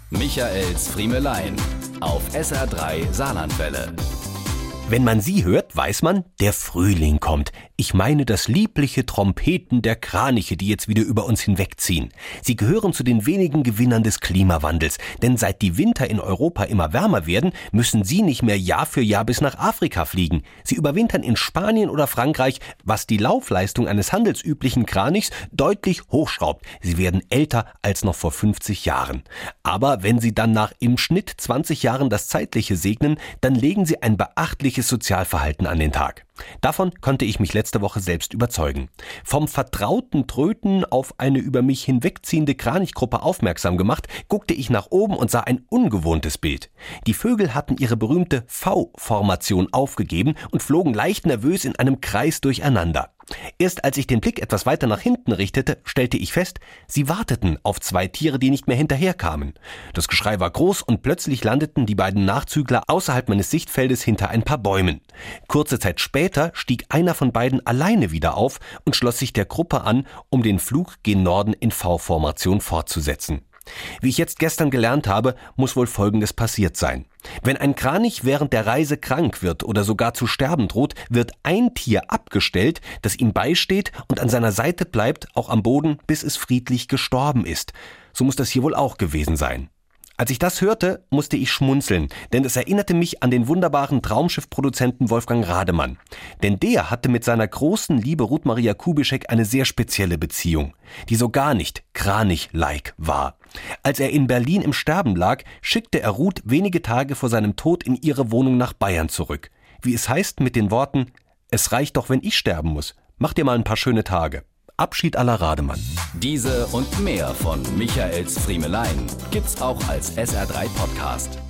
Michaels Friemelein auf SR3 Saarlandwelle. Wenn man sie hört, weiß man, der Frühling kommt. Ich meine das liebliche Trompeten der Kraniche, die jetzt wieder über uns hinwegziehen. Sie gehören zu den wenigen Gewinnern des Klimawandels. Denn seit die Winter in Europa immer wärmer werden, müssen sie nicht mehr Jahr für Jahr bis nach Afrika fliegen. Sie überwintern in Spanien oder Frankreich, was die Laufleistung eines handelsüblichen Kranichs deutlich hochschraubt. Sie werden älter als noch vor 50 Jahren. Aber wenn sie dann nach im Schnitt 20 Jahren das Zeitliche segnen, dann legen sie ein beachtliches Sozialverhalten an den Tag. Davon konnte ich mich letzte Woche selbst überzeugen. Vom vertrauten Tröten auf eine über mich hinwegziehende Kranichgruppe aufmerksam gemacht, guckte ich nach oben und sah ein ungewohntes Bild. Die Vögel hatten ihre berühmte V-Formation aufgegeben und flogen leicht nervös in einem Kreis durcheinander. Erst als ich den Blick etwas weiter nach hinten richtete, stellte ich fest, sie warteten auf zwei Tiere, die nicht mehr hinterherkamen. Das Geschrei war groß und plötzlich landeten die beiden Nachzügler außerhalb meines Sichtfeldes hinter ein paar Bäumen. Kurze Zeit später stieg einer von beiden alleine wieder auf und schloss sich der Gruppe an, um den Flug gen Norden in V-Formation fortzusetzen. Wie ich jetzt gestern gelernt habe, muss wohl Folgendes passiert sein. Wenn ein Kranich während der Reise krank wird oder sogar zu sterben droht, wird ein Tier abgestellt, das ihm beisteht und an seiner Seite bleibt, auch am Boden, bis es friedlich gestorben ist. So muss das hier wohl auch gewesen sein. Als ich das hörte, musste ich schmunzeln, denn es erinnerte mich an den wunderbaren Traumschiff-Produzenten Wolfgang Rademann. Denn der hatte mit seiner großen Liebe Ruth Maria Kubischek eine sehr spezielle Beziehung, die so gar nicht Kranich-like war. Als er in Berlin im Sterben lag, schickte er Ruth wenige Tage vor seinem Tod in ihre Wohnung nach Bayern zurück. Wie es heißt mit den Worten: Es reicht doch, wenn ich sterben muss. Mach dir mal ein paar schöne Tage. Abschied à la Rademann. Diese und mehr von Michaels Friemelein gibt's auch als SR3 Podcast.